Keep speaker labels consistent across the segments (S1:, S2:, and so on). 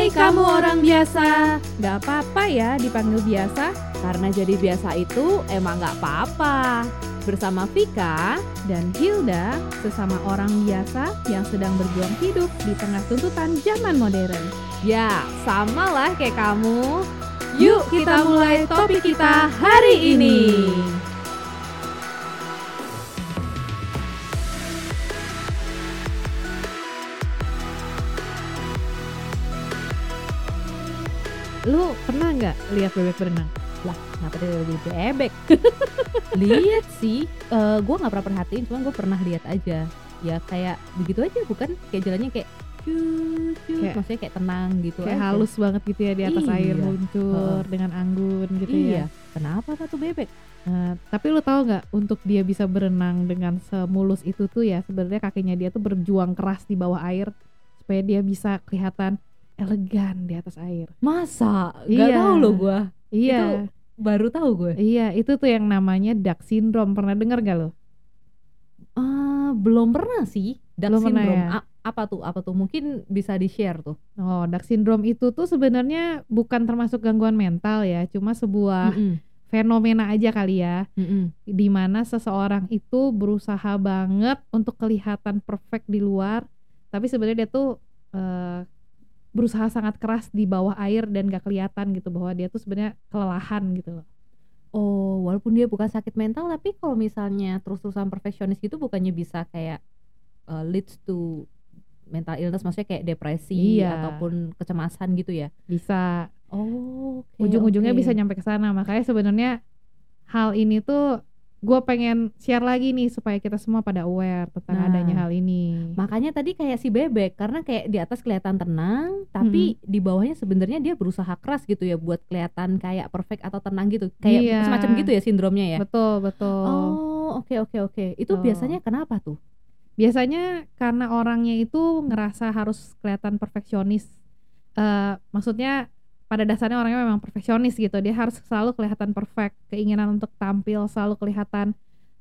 S1: Hai kamu orang biasa, gak apa-apa ya dipanggil biasa, karena jadi biasa itu emang gak apa-apa. Bersama Vika dan Hilda, sesama orang biasa yang sedang berjuang hidup di tengah tuntutan zaman modern. Ya, sama lah kayak kamu. Yuk kita mulai topik kita hari ini. Lu pernah nggak lihat bebek berenang?
S2: Lah, kenapa dia jadi bebek?
S1: Lihat sih, gue nggak pernah perhatiin, cuman gue pernah lihat aja. Ya kayak begitu aja, bukan kayak jalannya kayak
S2: Kayak-
S1: maksudnya kayak tenang gitu
S2: Kayak
S1: aja.
S2: halus banget gitu ya di atas
S1: Iya.
S2: air luncur dengan anggun gitu
S1: Iya.
S2: ya.
S1: Kenapa tuh bebek?
S2: Nah, tapi lu tahu nggak untuk dia bisa berenang dengan semulus itu tuh ya sebenarnya kakinya dia tuh berjuang keras di bawah air supaya dia bisa kelihatan elegan di atas air.
S1: Masa? Gak
S2: Iya.
S1: tahu loh gue.
S2: Iya.
S1: Baru tahu gue.
S2: Iya, itu tuh yang namanya duck syndrome. Pernah dengar gak lo?
S1: Belum pernah sih. Duck
S2: Belum pernah
S1: syndrome.
S2: ya?
S1: Apa tuh? Mungkin bisa di-share tuh.
S2: Oh, duck syndrome itu tuh sebenarnya bukan termasuk gangguan mental ya, cuma sebuah fenomena aja kali ya, di mana seseorang itu berusaha banget untuk kelihatan perfect di luar, tapi sebenarnya dia tuh berusaha sangat keras di bawah air dan gak kelihatan gitu bahwa dia tuh sebenarnya kelelahan gitu loh.
S1: Oh, walaupun dia bukan sakit mental, tapi kalau misalnya terus-terusan perfeksionis gitu bukannya bisa kayak leads to mental illness, maksudnya kayak depresi
S2: Iya.
S1: ataupun kecemasan gitu ya?
S2: Bisa
S1: Oh,
S2: ujung-ujungnya bisa nyampe ke sana. Makanya sebenarnya hal ini tuh gue pengen share lagi nih supaya kita semua pada aware tentang
S1: Nah,
S2: adanya hal ini.
S1: Makanya tadi kayak si bebek, karena kayak di atas kelihatan tenang, tapi di bawahnya sebenarnya dia berusaha keras gitu ya buat kelihatan kayak perfect atau tenang gitu. Kayak
S2: Iya.
S1: semacam gitu ya sindromnya ya?
S2: Betul.
S1: Oh, oke. Itu
S2: Betul.
S1: biasanya kenapa tuh?
S2: Biasanya karena orangnya itu ngerasa harus kelihatan perfeksionis. Maksudnya pada dasarnya orangnya memang perfeksionis gitu. Dia harus selalu kelihatan perfect. Keinginan untuk tampil selalu kelihatan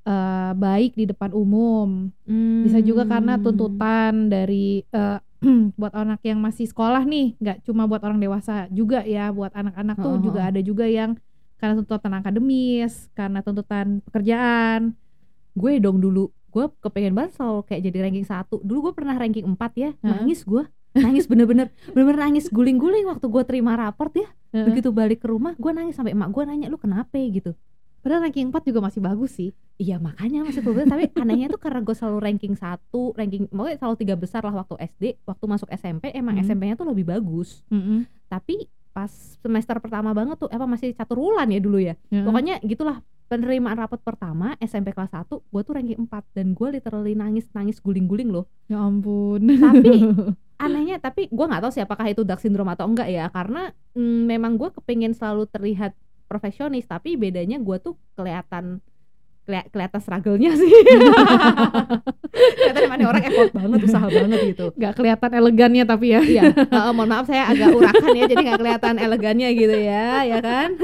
S2: baik di depan umum. Bisa juga karena tuntutan dari buat anak yang masih sekolah nih, nggak cuma buat orang dewasa juga ya, buat anak-anak tuh juga ada juga yang karena tuntutan akademis, karena tuntutan pekerjaan.
S1: Gue dong dulu, gue kepengen banget selalu kayak jadi ranking 1. Dulu gue pernah ranking 4 ya, nangis gue. Nangis bener-bener nangis guling-guling waktu gue terima raport ya. Begitu balik ke rumah, gue nangis sampai emak gue nanya, lu kenapa gitu.
S2: Padahal ranking 4 juga masih bagus sih.
S1: Iya makanya masih bagus, tapi anehnya tuh karena gue selalu ranking 1, pokoknya selalu 3 besar lah waktu SD. Waktu masuk SMP emang SMP-nya tuh lebih bagus. Tapi pas semester pertama banget tuh, masih catur wulan ya dulu ya. Pokoknya gitulah, penerimaan rapot pertama SMP kelas 1, gue tuh ranking 4 dan gue literally nangis guling-guling loh.
S2: Ya ampun.
S1: Tapi anehnya, tapi gue nggak tahu sih apakah itu duck syndrome atau enggak ya, karena memang gue kepengen selalu terlihat perfeksionis, tapi bedanya gue tuh kelihatan struggle-nya sih. Kelihatan mana orang effort banget, usaha banget gitu.
S2: Gak kelihatan elegannya tapi ya.
S1: Iya, mohon maaf saya agak urakan ya, jadi nggak kelihatan elegannya gitu ya, ya kan?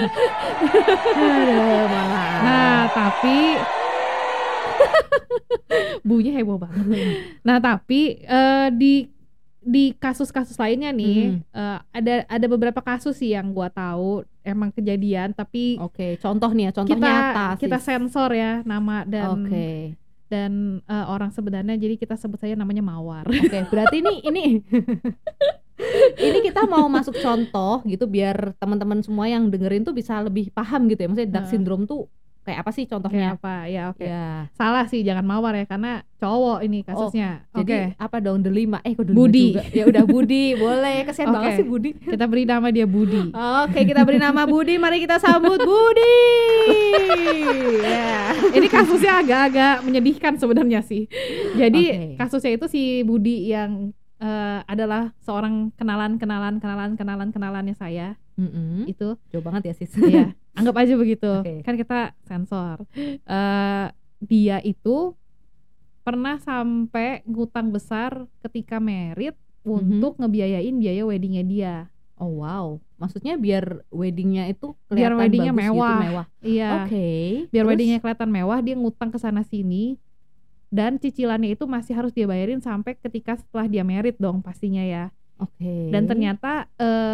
S1: Aduh, malah.
S2: Nah tapi bunyinya heboh banget. Nah tapi di kasus-kasus lainnya nih ada beberapa kasus sih yang gua tahu emang kejadian, tapi
S1: Oke, contoh nih ya, contoh nyata
S2: kita sensor ya nama dan
S1: Oke.
S2: Orang sebenarnya, jadi kita sebut saja namanya Mawar.
S1: Oke, berarti ini ini kita mau masuk contoh gitu biar teman-teman semua yang dengerin tuh bisa lebih paham gitu ya. Maksudnya duck syndrome tuh kayak apa sih contohnya?
S2: Kayak apa? Ya oke.
S1: Ya.
S2: Salah sih, jangan Mawar ya, karena cowok ini kasusnya.
S1: Jadi apa dong, Delima? Kok Delima
S2: Budi
S1: juga? Ya udah Budi, boleh. Kasihan banget sih Budi.
S2: Kita beri nama dia Budi.
S1: Oke, kita beri nama Budi. Mari kita sambut Budi. Ya.
S2: Ini kasusnya agak-agak menyedihkan sebenarnya sih. Jadi kasusnya itu si Budi yang adalah seorang kenalannya saya. Itu
S1: jauh banget ya sis.
S2: Iya, anggap aja begitu. Kan kita sensor. Dia itu pernah sampai ngutang besar ketika merit untuk ngebiayain biaya weddingnya dia.
S1: Oh wow, maksudnya biar weddingnya itu
S2: biar
S1: kelihatan
S2: weddingnya
S1: bagus
S2: mewah.
S1: gitu, mewah.
S2: Iya.
S1: Oke.
S2: Biar
S1: Terus?
S2: weddingnya kelihatan mewah, dia ngutang ke sana sini. Dan cicilannya itu masih harus dia bayarin sampai ketika setelah dia merit dong pastinya ya.
S1: Oke.
S2: Dan ternyata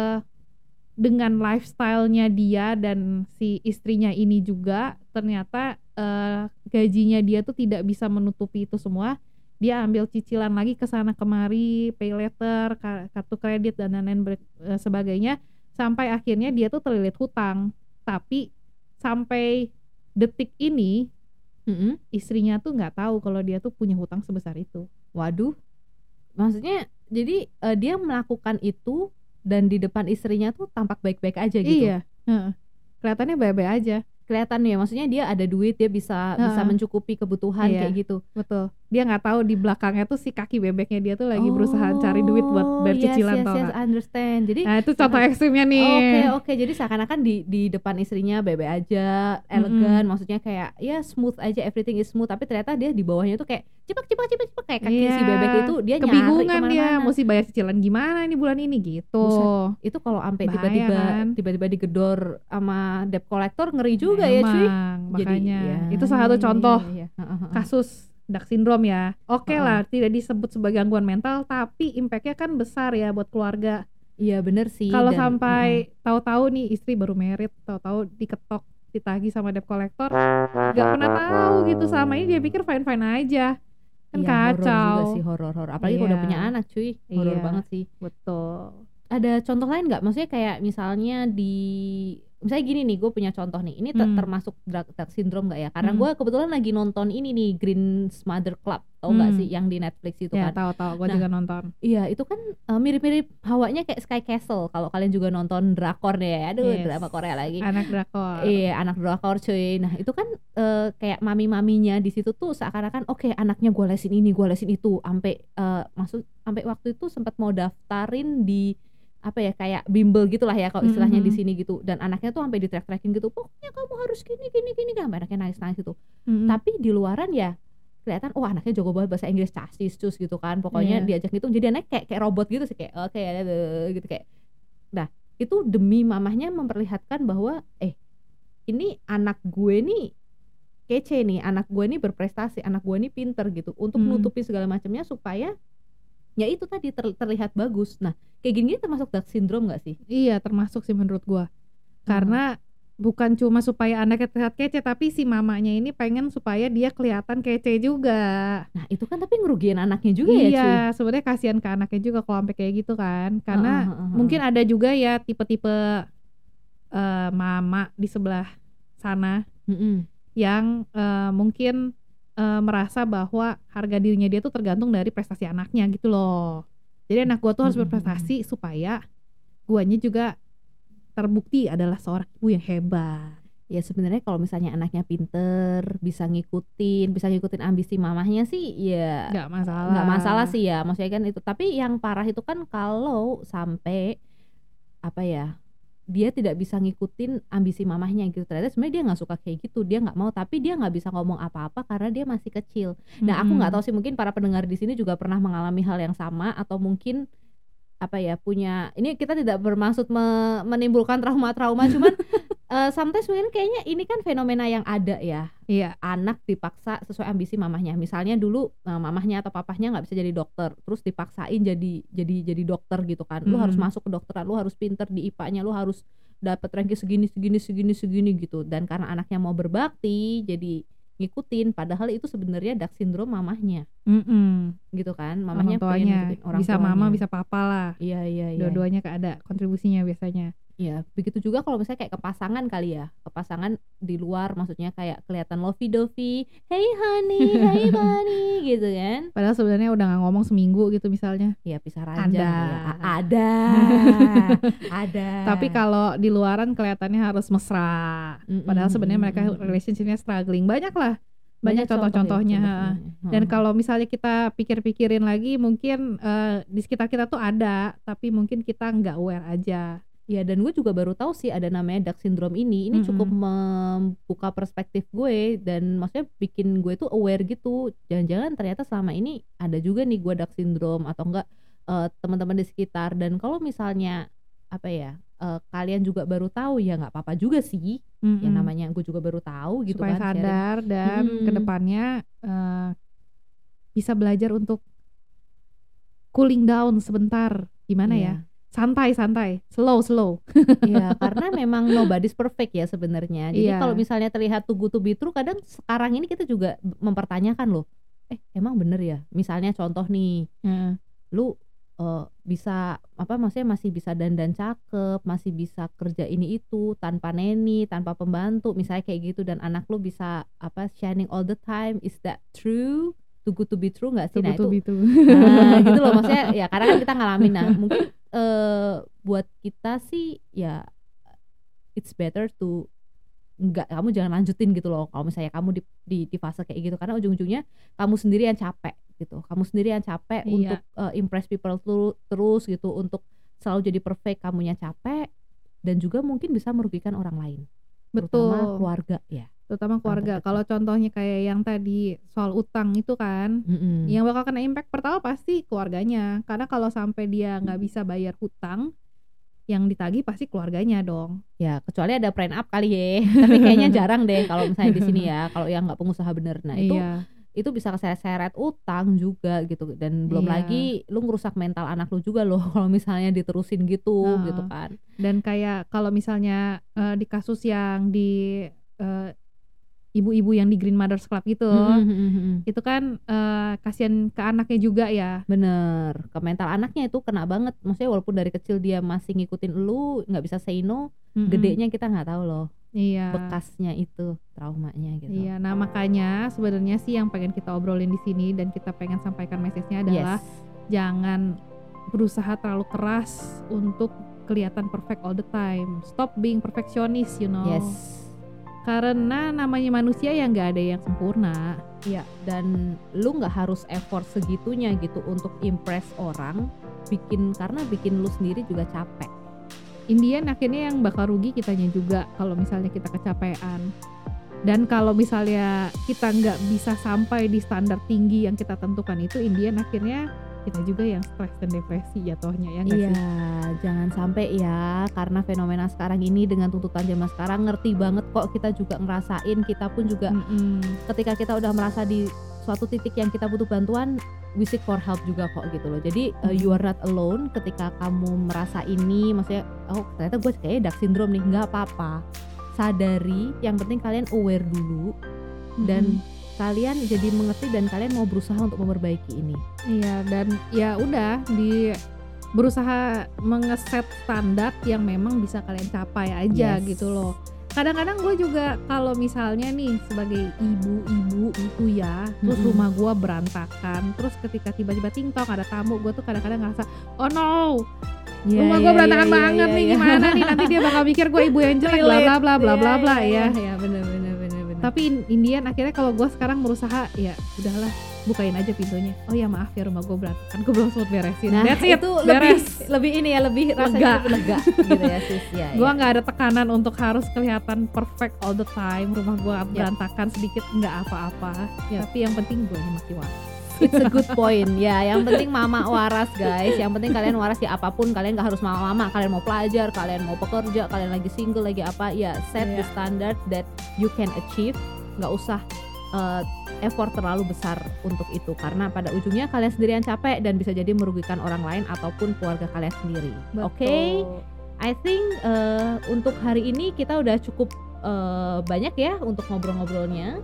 S2: dengan lifestyle-nya dia dan si istrinya ini juga ternyata gajinya dia tuh tidak bisa menutupi itu semua. Dia ambil cicilan lagi ke sana kemari, pay letter, kartu kredit dan lain-lain sebagainya, sampai akhirnya dia tuh terlilit hutang. Tapi sampai detik ini istrinya tuh nggak tahu kalau dia tuh punya hutang sebesar itu.
S1: Waduh, maksudnya jadi dia melakukan itu dan di depan istrinya tuh tampak baik-baik aja gitu.
S2: Iya, kelihatannya baik-baik aja.
S1: Kelihatan ya, maksudnya dia ada duit, dia bisa mencukupi kebutuhan
S2: Iya,
S1: kayak gitu.
S2: Betul. Dia nggak tahu di belakangnya tuh si kaki bebeknya dia tuh lagi berusaha cari duit buat bayar cicilan, tau nggak?
S1: Understand. Jadi
S2: Nah itu contoh ekstrimnya nih.
S1: Oke. Jadi seakan-akan di depan istrinya bebe aja, elegan, maksudnya kayak ya smooth aja, everything is smooth. Tapi ternyata dia di bawahnya tuh kayak cepak kayak kaki si bebek itu dia nyari
S2: kebingungan dia
S1: kemana-mana.
S2: mesti bayar cicilan gimana ini bulan ini gitu.
S1: Buset, itu kalau sampai
S2: Bahaya kan?
S1: tiba-tiba digedor sama debt collector ngeri juga
S2: Memang,
S1: ya cuy.
S2: Makanya
S1: Jadi,
S2: itu salah satu contoh
S1: iya.
S2: kasus dark syndrome ya. Oke lah, tidak disebut sebagai gangguan mental, tapi impactnya kan besar ya buat keluarga.
S1: Iya bener sih.
S2: Kalau sampai tahu-tahu nih istri baru married, tahu-tahu diketok, ditagih sama debt collector, nggak pernah tahu gitu, sama ini dia pikir fine-fine aja, kan
S1: iya,
S2: kacau.
S1: Horor juga sih, horor. Apalagi kalau udah punya anak cuy, horor banget sih.
S2: Betul.
S1: Ada contoh lain nggak? Maksudnya kayak misalnya misalnya gini nih, gue punya contoh nih. Ini termasuk dark syndrome nggak ya? Karena gue kebetulan lagi nonton ini nih, Green Mother Club, tau nggak sih yang di Netflix itu
S2: ya,
S1: kan?
S2: Tahu, gue juga nonton.
S1: Iya, itu kan mirip-mirip hawanya kayak Sky Castle. Kalau kalian juga nonton drakor nih ya, aduh drama Korea lagi.
S2: Anak drakor.
S1: Iya, anak drakor cuy. Nah itu kan kayak mami-maminya di situ tuh seakan-akan oke, anaknya gue lesin ini, gue lesin itu, sampai waktu itu sempat mau daftarin di apa ya, kayak bimbel gitulah ya kalau istilahnya di sini gitu, dan anaknya tuh sampai di-track-trackin gitu, pokoknya kamu harus gini sampai anaknya nangis gitu. Tapi di luaran ya kelihatan anaknya jago banget bahasa Inggris, casis cus gitu kan, pokoknya diajak gitu jadi anaknya kayak robot gitu sih, kayak oke gitu kayak. Nah itu demi mamahnya memperlihatkan bahwa ini anak gue nih kece nih, anak gue nih berprestasi, anak gue nih pinter gitu, untuk nutupi segala macamnya supaya ya itu tadi terlihat bagus. Nah kayak gini termasuk dark syndrome gak sih?
S2: Iya termasuk sih menurut gua, karena bukan cuma supaya anaknya terlihat kece, tapi si mamanya ini pengen supaya dia kelihatan kece juga.
S1: Nah itu kan tapi ngerugiin anaknya juga ya cuy.
S2: Iya sebenarnya kasihan ke anaknya juga kalau sampai kayak gitu kan, karena mungkin ada juga ya tipe-tipe mama di sebelah sana yang mungkin merasa bahwa harga dirinya dia tuh tergantung dari prestasi anaknya gitu loh. Jadi anak gua tuh harus berprestasi supaya guanya juga terbukti adalah seorang ibu yang hebat.
S1: Ya sebenarnya kalau misalnya anaknya pinter, bisa ngikutin ambisi mamahnya sih ya nggak masalah sih ya, maksudnya kan itu. Tapi yang parah itu kan kalau sampai apa ya, dia tidak bisa ngikutin ambisi mamahnya gitu. Ternyata sebenarnya dia nggak suka kayak gitu, dia nggak mau, tapi dia nggak bisa ngomong apa-apa karena dia masih kecil. Nah aku nggak tahu sih, mungkin para pendengar di sini juga pernah mengalami hal yang sama, atau mungkin apa ya, punya, ini kita tidak bermaksud menimbulkan trauma-trauma, cuman sometimes mungkin kayaknya ini kan fenomena yang ada ya.
S2: Iya.
S1: Anak dipaksa sesuai ambisi mamahnya. Misalnya dulu mamahnya atau papahnya nggak bisa jadi dokter, terus dipaksain jadi dokter gitu kan. Lu harus masuk ke dokteran, lu harus pinter di IPA-nya, lu harus dapat ranking segini gitu. Dan karena anaknya mau berbakti, jadi ngikutin, padahal itu sebenarnya dark syndrome mamahnya. Gitu kan, mamahnya pengen ngikutin orang
S2: bisa
S1: tuanya.
S2: Mama bisa papa lah.
S1: Iya.
S2: Dua-duanya ada kontribusinya biasanya.
S1: Ya, begitu juga kalau misalnya kayak ke pasangan kali ya. Ke pasangan di luar, maksudnya kayak kelihatan lovey-dovey, hey honey, hey bunny gitu kan.
S2: Padahal sebenarnya udah gak ngomong seminggu gitu misalnya.
S1: Ya pisah ranjang ya. Ada.
S2: Tapi kalau di luaran kelihatannya harus mesra. Padahal sebenarnya mereka relationship-nya struggling. Banyak contoh-contohnya ya. Dan kalau misalnya kita pikir-pikirin lagi, mungkin di sekitar kita tuh ada, tapi mungkin kita nggak aware aja.
S1: Ya, dan gue juga baru tahu sih ada namanya dark syndrome ini. Ini cukup membuka perspektif gue, dan maksudnya bikin gue tuh aware gitu. Jangan-jangan ternyata selama ini ada juga nih gue dark syndrome, atau enggak teman-teman di sekitar. Dan kalau misalnya apa ya, kalian juga baru tahu, ya nggak apa-apa juga sih. Ya namanya gue juga baru tahu gitu.
S2: Supaya
S1: kan
S2: sadar sharing. Dan kedepannya bisa belajar untuk cooling down sebentar gimana ya? Santai, slow.
S3: Iya, karena memang nobody's perfect ya sebenarnya. Jadi
S2: Iya.
S3: kalau misalnya terlihat too good to be true, kadang sekarang ini kita juga mempertanyakan loh. Emang bener ya? Misalnya contoh nih,
S2: Heeh.
S3: lu bisa maksudnya masih bisa dandan cakep, masih bisa kerja ini itu tanpa neni, tanpa pembantu, misalnya kayak gitu, dan anak lu bisa shining all the time. Is that true? Too good to be true nggak sih? Nah itu nah, gitu loh, maksudnya ya karena kan kita ngalamin. Nah mungkin buat kita sih ya it's better to kamu jangan lanjutin gitu loh kalau misalnya kamu di fase kayak gitu, karena ujung-ujungnya kamu sendiri yang capek gitu, kamu sendiri yang capek untuk impress people terus gitu, untuk selalu jadi perfect, kamunya capek, dan juga mungkin bisa merugikan orang lain, terutama keluarga ya.
S2: Terutama keluarga. Kalau contohnya kayak yang tadi soal utang itu kan, yang bakal kena impact pertama pasti keluarganya, karena kalau sampai dia nggak bisa bayar hutang, yang ditagih pasti keluarganya dong.
S3: Ya kecuali ada prenup kali ya, tapi kayaknya jarang deh kalau misalnya di sini ya, kalau yang nggak pengusaha bener. Nah itu bisa keseret-seret utang juga gitu, dan belum lagi lu ngerusak mental anak lu juga loh kalau misalnya diterusin gitu gitu kan.
S2: Dan kayak kalau misalnya di kasus yang di ibu-ibu yang di Green Mothers Club gitu, itu kan kasihan ke anaknya juga ya.
S3: Bener, ke mental anaknya itu kena banget. Maksudnya walaupun dari kecil dia masih ngikutin lu, nggak bisa say no, gedenya kita nggak tahu loh. Bekasnya itu, traumanya gitu.
S2: Iya, nah makanya sebenarnya sih yang pengen kita obrolin di sini dan kita pengen sampaikan message-nya adalah jangan berusaha terlalu keras untuk kelihatan perfect all the time. Stop being perfectionist, you know. Karena namanya manusia yang nggak ada yang sempurna.
S3: Iya, dan lu nggak harus effort segitunya gitu untuk impress orang, karena bikin lu sendiri juga capek.
S2: Indian akhirnya yang bakal rugi kitanya juga kalau misalnya kita kecapean. Dan kalau misalnya kita nggak bisa sampai di standar tinggi yang kita tentukan itu, Indian akhirnya kita juga yang stres dan depresi jatuhnya, ya nggak sih?
S3: Iya, jangan sampai ya, karena fenomena sekarang ini dengan tuntutan zaman sekarang, ngerti banget kok, kita juga ngerasain, kita pun juga ketika kita udah merasa di suatu titik yang kita butuh bantuan, we seek for help juga kok gitu loh. Jadi you are not alone ketika kamu merasa ini, maksudnya ternyata gue kayaknya dark syndrome nih, nggak apa-apa, sadari, yang penting kalian aware dulu dan kalian jadi mengerti dan kalian mau berusaha untuk memperbaiki ini.
S2: Iya, dan ya udah berusaha mengeset standar yang memang bisa kalian capai aja gitu loh. Kadang-kadang gue juga kalau misalnya nih sebagai ibu-ibu itu ya, terus rumah gue berantakan, terus ketika tiba-tiba ting-tong ada tamu, gue tuh kadang-kadang ngerasa oh no, rumah gue berantakan banget nih, gimana nih, nanti dia bakal mikir gue ibu yang jelek, bla bla bla bla bla ya.
S3: Ya benar.
S2: Tapi Indian akhirnya kalau gue sekarang berusaha ya udahlah, bukain aja pintunya. Oh ya maaf ya, rumah gue berantakan, gue belum sempat beresin.
S3: Nah itu lebih ini ya, lebih rasanya lega gitu ya sis ya.
S2: Gue nggak ada tekanan untuk harus kelihatan perfect all the time. Rumah gue berantakan sedikit nggak apa-apa. Tapi yang penting gue masih waras.
S3: It's a good point ya. Yang penting mama waras guys. Yang penting kalian waras ya, apapun kalian gak harus mama-mama. Kalian mau pelajar, kalian mau pekerja, kalian lagi single, lagi apa ya, set the standard that you can achieve. Gak usah effort terlalu besar untuk itu, karena pada ujungnya kalian sendiri yang capek dan bisa jadi merugikan orang lain ataupun keluarga kalian sendiri. Oke? I think untuk hari ini kita udah cukup banyak ya untuk ngobrol-ngobrolnya.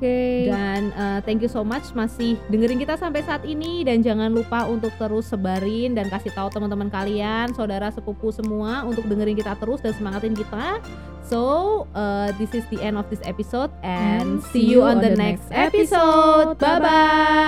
S3: Dan thank you so much masih dengerin kita sampai saat ini, dan jangan lupa untuk terus sebarin dan kasih tahu teman-teman kalian, saudara sepupu semua untuk dengerin kita terus dan semangatin kita. So this is the end of this episode and see you on the next episode. Bye bye.